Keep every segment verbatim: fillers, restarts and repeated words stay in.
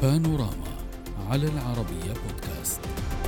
بانوراما على العربية بودكاست.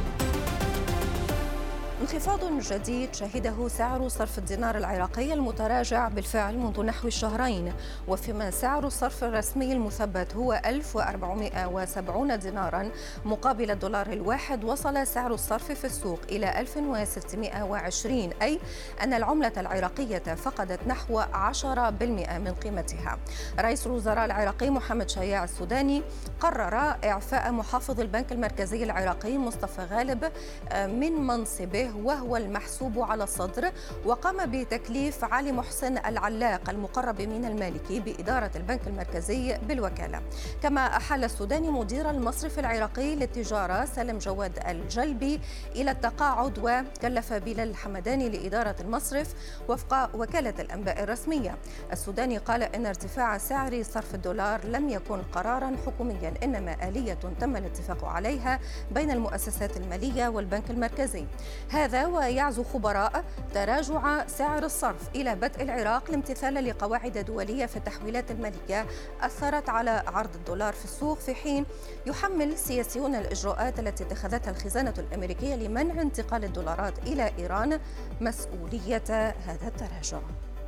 انخفاض جديد شهده سعر صرف الدينار العراقي المتراجع بالفعل منذ نحو شهرين، وفيما سعر الصرف الرسمي المثبت هو ألف وأربعمائة وسبعين دينارا مقابل الدولار الواحد، وصل سعر الصرف في السوق إلى ألف وستمائة وعشرين، أي أن العملة العراقية فقدت نحو عشرة بالمئة من قيمتها. رئيس الوزراء العراقي محمد شياع السوداني قرر إعفاء محافظ البنك المركزي العراقي مصطفى غالب من منصبه وهو المحسوب على الصدر، وقام بتكليف علي محسن العلاق المقرب من المالكي بإدارة البنك المركزي بالوكالة. كما أحال السوداني مدير المصرف العراقي للتجارة سالم جواد الجلبي إلى التقاعد، وكلف بلال الحمداني لإدارة المصرف وفق وكالة الأنباء الرسمية. السوداني قال إن ارتفاع سعر صرف الدولار لم يكن قرارا حكوميا، إنما آلية تم الاتفاق عليها بين المؤسسات المالية والبنك المركزي. هذا ويعزو خبراء تراجع سعر الصرف إلى بدء العراق الامتثال لقواعد دولية في التحويلات المالية أثرت على عرض الدولار في السوق، في حين يحمل سياسيون الإجراءات التي اتخذتها الخزانة الأمريكية لمنع انتقال الدولارات إلى إيران مسؤولية هذا التراجع.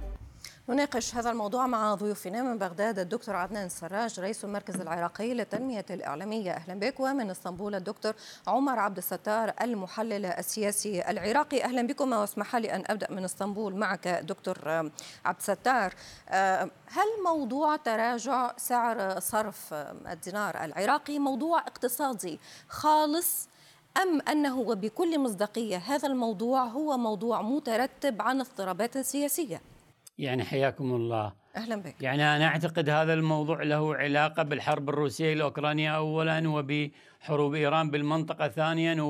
نناقش هذا الموضوع مع ضيوفنا من بغداد الدكتور عدنان سراج رئيس المركز العراقي للتنمية الإعلامية، أهلا بك، ومن اسطنبول الدكتور عمر عبد الستار المحلل السياسي العراقي، أهلا بكم. واسمح لي أن أبدأ من اسطنبول معك دكتور عبد الستار. هل موضوع تراجع سعر صرف الدينار العراقي موضوع اقتصادي خالص، أم أنه وبكل مصداقية هذا الموضوع هو موضوع مترتب عن اضطرابات سياسية؟ يعني حياكم الله. أهلا بك. يعني أنا أعتقد هذا الموضوع له علاقة بالحرب الروسية الأوكرانية أولا، وبحروب إيران بالمنطقة ثانيا،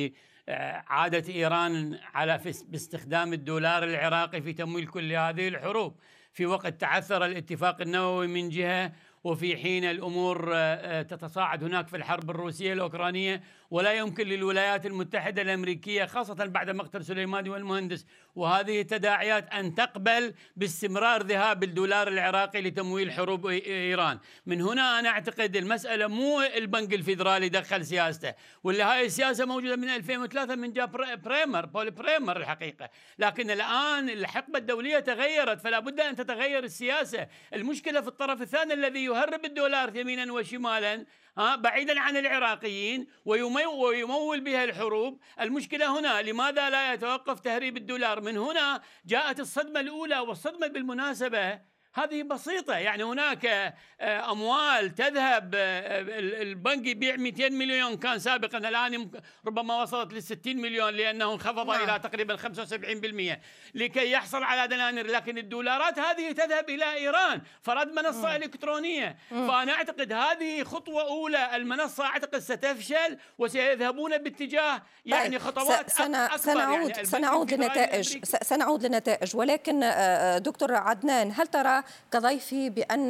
وبعادة إيران على باستخدام الدولار العراقي في تمويل كل هذه الحروب في وقت تعثر الاتفاق النووي من جهة، وفي حين الأمور تتصاعد هناك في الحرب الروسية الأوكرانية. ولا يمكن للولايات المتحدة الأمريكية خاصة بعد مقتل سليماني والمهندس وهذه التداعيات أن تقبل باستمرار ذهاب الدولار العراقي لتمويل حروب إيران. من هنا أنا أعتقد المسألة مو البنك الفيدرالي دخل سياسته، واللي هاي السياسة موجودة من ألفين وثلاثة من جاء بريمر بول بريمر الحقيقة، لكن الآن الحقبة الدولية تغيرت، فلا بد أن تتغير السياسة. المشكلة في الطرف الثاني الذي يهرب الدولار يمينا وشمالا ها بعيدا عن العراقيين ويمول بها الحروب. المشكلة هنا لماذا لا يتوقف تهريب الدولار؟ من هنا جاءت الصدمة الأولى، والصدمة بالمناسبة هذه بسيطة. يعني هناك أموال تذهب، البنك يبيع مئتين مليون كان سابقا، الآن ربما وصلت للستين مليون لأنه انخفض نعم. إلى تقريبا خمسة وسبعين بالمئة لكي يحصل على دنانير، لكن الدولارات هذه تذهب إلى إيران فرد منصة مم. إلكترونية. مم. فأنا أعتقد هذه خطوة أولى، المنصة أعتقد ستفشل وسيذهبون باتجاه يعني خطوات سنة أكبر. سنعود يعني سنعود لنتائج سنعود لنتائج ولكن دكتور عدنان، هل ترى كضيفي بأن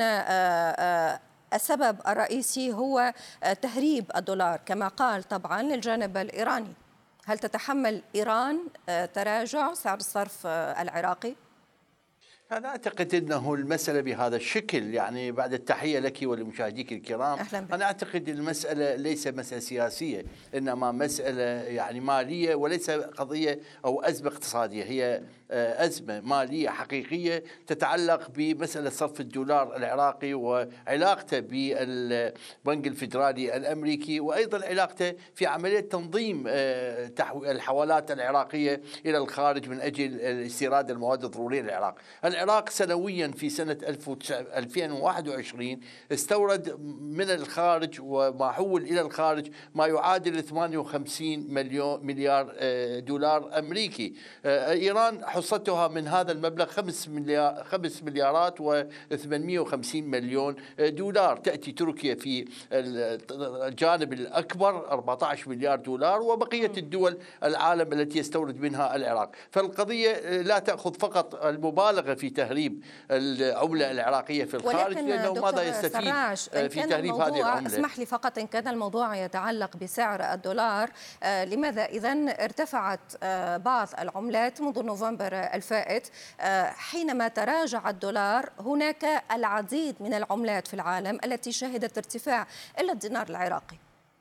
السبب الرئيسي هو تهريب الدولار كما قال طبعا للجانب الإيراني؟ هل تتحمل إيران تراجع سعر الصرف العراقي؟ أنا أعتقد أنه المسألة بهذا الشكل، يعني بعد التحية لك ولمشاهديك الكرام، أنا أعتقد المسألة ليس مسألة سياسية، إنما مسألة يعني مالية، وليس قضية أو أزمة اقتصادية، هي أزمة مالية حقيقية تتعلق بمسألة صرف الدولار العراقي وعلاقته بالبنك الفيدرالي الأمريكي، وأيضا علاقته في عملية تنظيم الحوالات العراقية إلى الخارج من أجل استيراد المواد الضرورية للعراق. العراق سنويا في سنة ألفين وواحد وعشرين استورد من الخارج وما حول إلى الخارج ما يعادل ثمانية وخمسين مليون مليار دولار أمريكي. إيران حصتها من هذا المبلغ خمس مليار خمس مليارات وثمانمائة وخمسين مليون دولار. تأتي تركيا في الجانب الأكبر أربعة عشر مليار دولار، وبقية الدول العالم التي يستورد منها العراق. فالقضية لا تأخذ فقط المبالغة في بتهريب العملة العراقية في الخارج، لأنه ماذا يستفيد في تهريب هذه العملة؟ اسمح لي فقط، إن كان الموضوع يتعلق بسعر الدولار، لماذا إذن ارتفعت بعض العملات منذ نوفمبر الفائت حينما تراجع الدولار؟ هناك العديد من العملات في العالم التي شهدت ارتفاع إلا الدينار العراقي.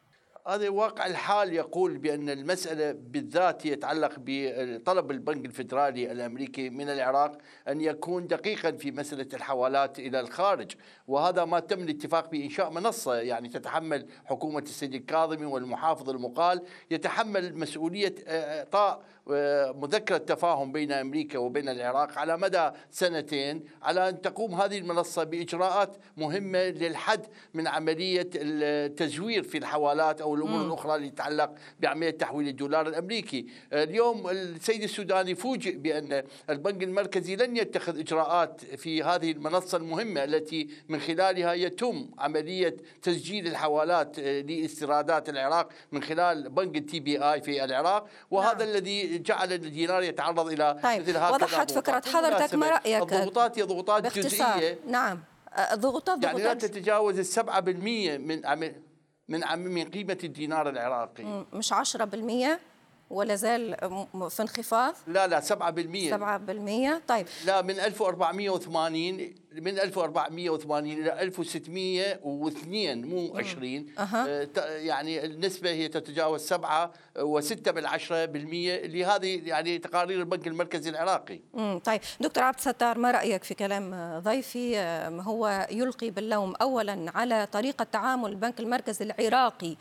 هذا واقع الحال يقول بأن المسألة بالذات يتعلق بطلب البنك الفيدرالي الأمريكي من العراق أن يكون دقيقا في مسألة الحوالات إلى الخارج، وهذا ما تم الاتفاق بإنشاء منصة يعني تتحمل حكومة السيد الكاظمي والمحافظ المقال يتحمل مسؤولية إعطاء مذكرة تفاهم بين أمريكا وبين العراق على مدى سنتين على أن تقوم هذه المنصة بإجراءات مهمة للحد من عملية التزوير في الحوالات أو الأمور الأخرى اللي تتعلق بعملية تحويل الدولار الأمريكي. اليوم السيد السوداني فوجئ بأن البنك المركزي لن يتخذ إجراءات في هذه المنصة المهمة التي من خلالها يتم عملية تسجيل الحوالات لاستيرادات العراق من خلال بنك التي بي آي في العراق، وهذا نعم. الذي جعل الدينار يتعرض إلى طيب. مثل هكذا. وضحت فكرة حضرتك، ما رأيك؟ الضغوطات هي ضغوطات جزئية. نعم، الضغوطات يعني لا تتجاوز السبعة بالمئة من عمل من من قيمة الدينار العراقي، مش عشرة بالمئة ولا زال في انخفاض؟ لا لا سبعة بالمئة. سبعة بالمئة. طيب لا، من ألف وأربعمئة وثمانين من ألف وأربعمئة وثمانين إلى ألف وستمئة واثنين مو عشرين. أه. يعني النسبة هي تتجاوز سبعة وستة بالعشرة بالمئة اللي هذه يعني تقارير البنك المركزي العراقي. مم. طيب دكتور عبد الستار، ما رأيك في كلام ضيفي؟ هو يلقي باللوم أولا على طريقة تعامل البنك المركزي العراقي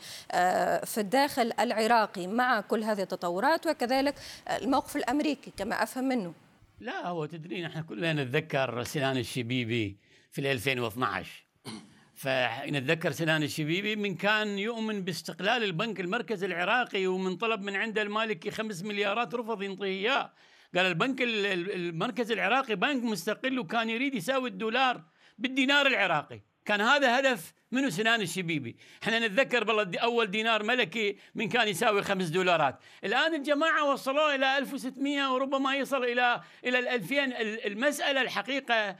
في الداخل العراقي مع كل هذه التطورات، وكذلك الموقف الأمريكي كما أفهم منه. لا، هو تدرين احنا كلنا نتذكر سنان الشبيبي في ألفين واثنعش، فنتذكر سنان الشبيبي من كان يؤمن باستقلال البنك المركزي العراقي ومن طلب من عنده المالكي خمس مليارات رفض ينطيه اياه. قال البنك المركزي العراقي بنك مستقل وكان يريد يساوي الدولار بالدينار العراقي، كان هذا هدف منه سنان الشبيبي. احنا نتذكر بالله اول دينار ملكي من كان يساوي خمس دولارات، الان الجماعه وصلوه الى ألف وستمئة وربما يصل الى الى الألفين. المساله الحقيقه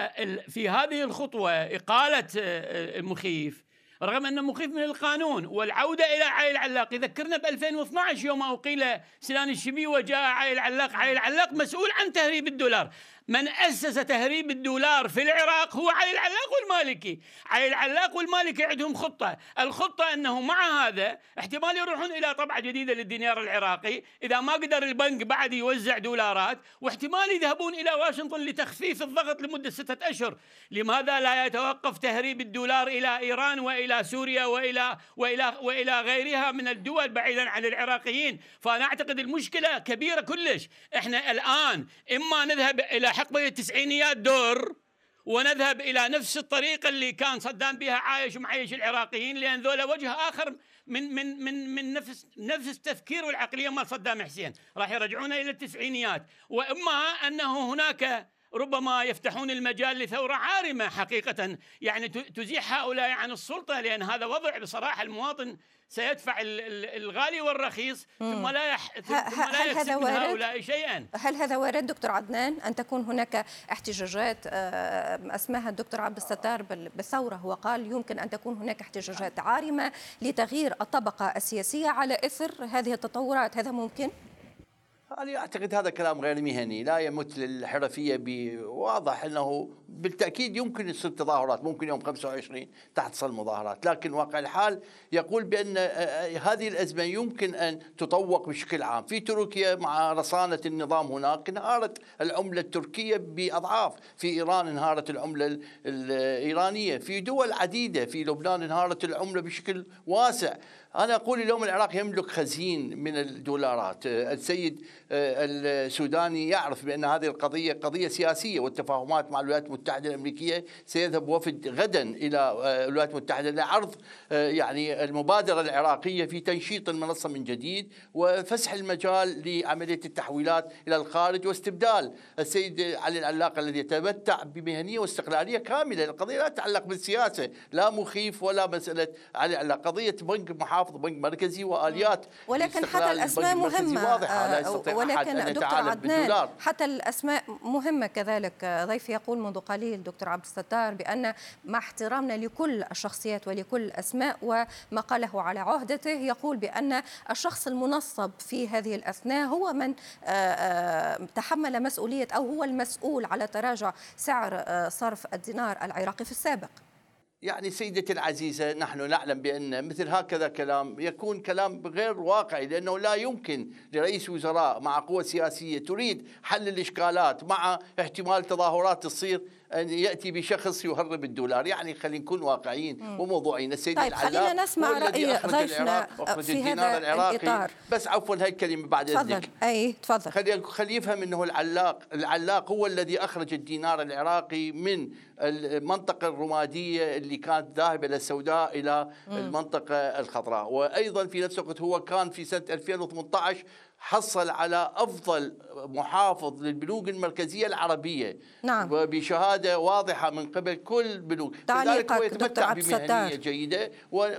في هذه الخطوه اقاله مخيف، رغم أنه مخيف من القانون، والعودة إلى عايل العلاق. يذكرنا ب ألفين واثنعش يوم أقيل سنان الشبيبي وجاء عايل العلاق. عايل العلاق مسؤول عن تهريب الدولار. من أسس تهريب الدولار في العراق هو عايل العلاق والمالكي. عايل العلاق والمالكي عندهم خطة، الخطة أنه مع هذا احتمال يروحون إلى طبعة جديدة للدينار العراقي إذا ما قدر البنك بعد يوزع دولارات، واحتمال يذهبون إلى واشنطن لتخفيف الضغط لمدة ستة أشهر. لماذا لا يتوقف تهريب الدولار إلى إيران وإلى سوريا وإلى وإلى وإلى غيرها من الدول بعيدا عن العراقيين؟ فأنا أعتقد المشكلة كبيرة كلش. احنا الآن إما نذهب إلى حقبة التسعينيات دور ونذهب إلى نفس الطريقة اللي كان صدام بها عايش ومعيش العراقيين، لأن ذولا وجه آخر من من من من نفس نفس التفكير والعقلية مال صدام حسين، راح يرجعونا إلى التسعينيات. وإما أنه هناك ربما يفتحون المجال لثورة عارمة حقيقة، يعني تزيح هؤلاء عن السلطة، لأن هذا وضع بصراحة المواطن سيدفع الغالي والرخيص ثم لا يح... ثم لا يكسب من هؤلاء شيئا. هل هذا وارد دكتور عدنان أن تكون هناك احتجاجات أسماها الدكتور عبد الستار بالثورة؟ هو قال يمكن أن تكون هناك احتجاجات عارمة لتغيير الطبقة السياسية على إثر هذه التطورات، هذا ممكن؟ أنا أعتقد هذا كلام غير مهني لا يمت للحرفية. بواضح أنه بالتأكيد يمكن يصير تظاهرات، ممكن يوم خمسة وعشرين تحصل مظاهرات، لكن واقع الحال يقول بأن هذه الأزمة يمكن أن تطوق بشكل عام. في تركيا مع رصانة النظام هناك انهارت العملة التركية بأضعاف، في إيران انهارت العملة الإيرانية، في دول عديدة، في لبنان انهارت العملة بشكل واسع. أنا أقول اليوم العراق يملك خزين من الدولارات. السيد السوداني يعرف بأن هذه القضية قضية سياسية، والتفاهمات مع الولايات المتحدة المتحدة الأمريكية. سيذهب وفد غدا إلى الولايات المتحدة لعرض يعني المبادرة العراقية في تنشيط المنصة من جديد وفسح المجال لعملية التحويلات إلى الخارج واستبدال السيد علي العلاق الذي يتمتع بمهنية واستقلالية كاملة. القضية لا تتعلق بالسياسة، لا مخيف ولا مسألة علي العلاق، قضية بنك محافظ، بنك مركزي وآليات. ولكن حتى الأسماء مهمة، ولكن دكتور عدنان حتى الأسماء مهمة كذلك. ضيفي يقول منذ قليل دكتور عبد الستار بأن مع احترامنا لكل الشخصيات ولكل الأسماء وما قاله على عهدته، يقول بأن الشخص المنصب في هذه الأثناء هو من تحمل مسؤولية أو هو المسؤول على تراجع سعر صرف الدينار العراقي في السابق. يعني سيدتي العزيزة، نحن نعلم بأن مثل هكذا كلام يكون كلام غير واقعي، لأنه لا يمكن لرئيس وزراء مع قوة سياسية تريد حل الإشكالات مع احتمال تظاهرات تصير أن يأتي بشخص يهرب الدولار. يعني خلينا نكون واقعيين وموضوعيين. السيد طيب خلينا نسمع رأي ضيفنا في هذا الإطار. بس عفوا هاي الكلمة بعد إذنك. أي تفضل. خلي خلي يفهم أنه العلاق العلاق هو الذي أخرج الدينار العراقي من المنطقة الرمادية اللي كانت ذاهبة إلى السوداء إلى م. المنطقة الخضراء، وأيضا في نفس الوقت هو كان في سنة ألفين وثمانية عشر حصل على أفضل محافظ للبنوك المركزية العربية. نعم. وبشهادة واضحة من قبل كل البنوك. تعليقك هو يتمتع بمهنية جيدة و...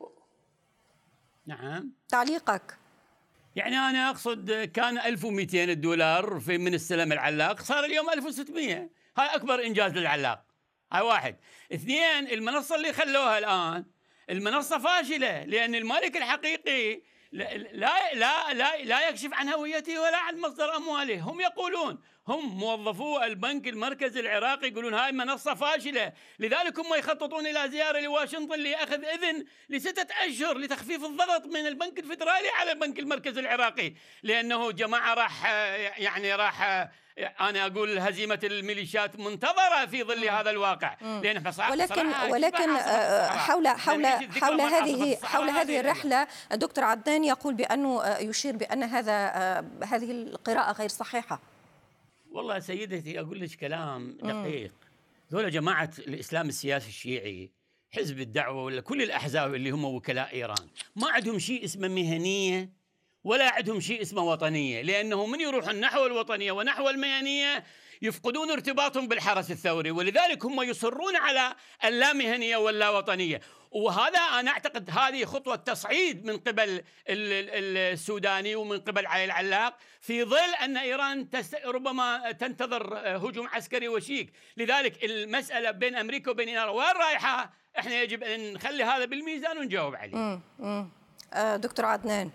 نعم. تعليقك. يعني أنا أقصد كان ألف ومئتين الدولار في من استلم العلاق، صار اليوم ألف وستمئة. هاي أكبر إنجاز للعلاق. هاي واحد. اثنين، المنصة اللي خلوها الآن المنصة فاشلة، لأن المالك الحقيقي لا لا لا لا يكشف عن هويته ولا عن مصدر أمواله. هم يقولون، هم موظفو البنك المركزي العراقي يقولون هاي منصة فاشلة، لذلك هم يخططون إلى زيارة لواشنطن لأخذ إذن لستة أشهر لتخفيف الضغط من البنك الفيدرالي على البنك المركزي العراقي، لأنه جماعة راح يعني راح أنا أقول هزيمة الميليشيات منتظرة في ظل هذا الواقع. لأن ولكن ولكن حول حول حول هذه حول هذه الرحلة دكتور عدنان يقول بأنه يشير بأن هذا هذه القراءة غير صحيحة. والله سيدتي أقول لك كلام دقيق. ذولا جماعة الإسلام السياسي الشيعي، حزب الدعوة ولا كل الأحزاب اللي هم وكلاء إيران، ما عندهم شيء اسمه مهنية ولا عندهم شيء اسمه وطنية، لأنه من يروحون نحو الوطنية ونحو المهنية يفقدون ارتباطهم بالحرس الثوري، ولذلك هم يصرون على اللامهنية واللا وطنية. وهذا أنا أعتقد هذه خطوة تصعيد من قبل السوداني ومن قبل علي العلاق، في ظل أن إيران ربما تنتظر هجوم عسكري وشيك. لذلك المسألة بين أمريكا وبين إيران وين رايحة، إحنا يجب أن نخلي هذا بالميزان ونجاوب عليه. مم. مم. دكتور عدنان.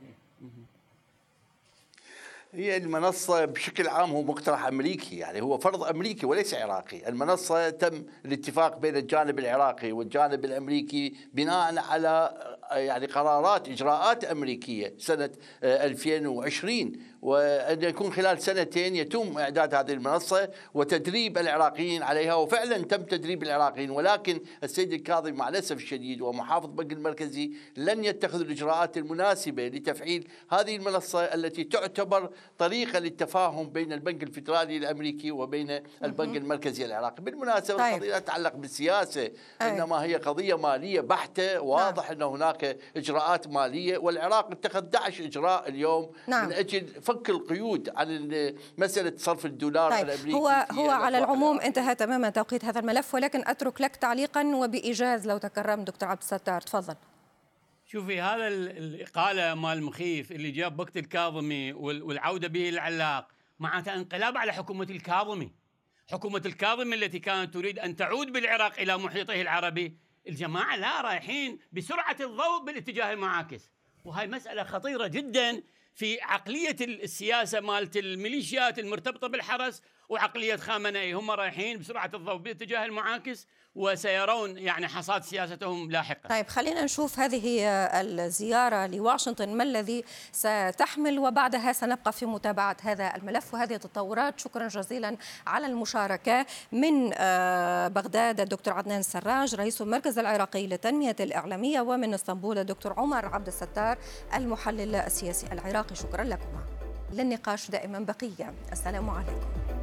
هي المنصة بشكل عام هو مقترح أمريكي، يعني هو فرض أمريكي وليس عراقي. المنصة تم الاتفاق بين الجانب العراقي والجانب الأمريكي بناء على يعني قرارات إجراءات أمريكية سنة ألفين وعشرين، وأن يكون خلال سنتين يتم إعداد هذه المنصة وتدريب العراقيين عليها. وفعلا تم تدريب العراقيين، ولكن السيد الكاظمي مع الأسف الشديد ومحافظ البنك المركزي لن يتخذوا الإجراءات المناسبة لتفعيل هذه المنصة التي تعتبر طريقة للتفاهم بين البنك الفيدرالي الأمريكي وبين البنك المركزي العراقي. بالمناسبة طيب. القضية لا تتعلق بالسياسة، أي. إنما هي قضية مالية بحتة. واضح نعم. أن هناك إجراءات مالية، والعراق اتخذ أحد عشر إجراء اليوم نعم. من أجل فك القيود عن مسألة صرف الدولار طيب. الأمريكي. هو هو على العموم انتهى تماما توقيت هذا الملف، ولكن أترك لك تعليقا وبإيجاز لو تكرم دكتور عبد الستار، تفضل. شوفي، هذا الإقالة مال المخيف اللي جاب وقت الكاظمي والعودة به للعلاق معناتها انقلاب على حكومة الكاظمي. حكومة الكاظمي التي كانت تريد أن تعود بالعراق إلى محيطه العربي، الجماعة لا رايحين بسرعة الضوء بالاتجاه المعاكس. وهي مسألة خطيرة جدا في عقلية السياسة مالت الميليشيات المرتبطة بالحرس وعقلية خامنئي. هم رايحين بسرعة الضوء باتجاه المعاكس، وسيرون يعني حصاد سياستهم لاحقا. طيب خلينا نشوف هذه الزيارة لواشنطن ما الذي ستحمل، وبعدها سنبقى في متابعة هذا الملف وهذه التطورات. شكرا جزيلا على المشاركة من بغداد الدكتور عدنان سراج رئيس المركز العراقي للتنمية الإعلامية، ومن اسطنبول الدكتور عمر عبد الستار المحلل السياسي العراقي. شكرا لكم. للنقاش دائما بقية. السلام عليكم.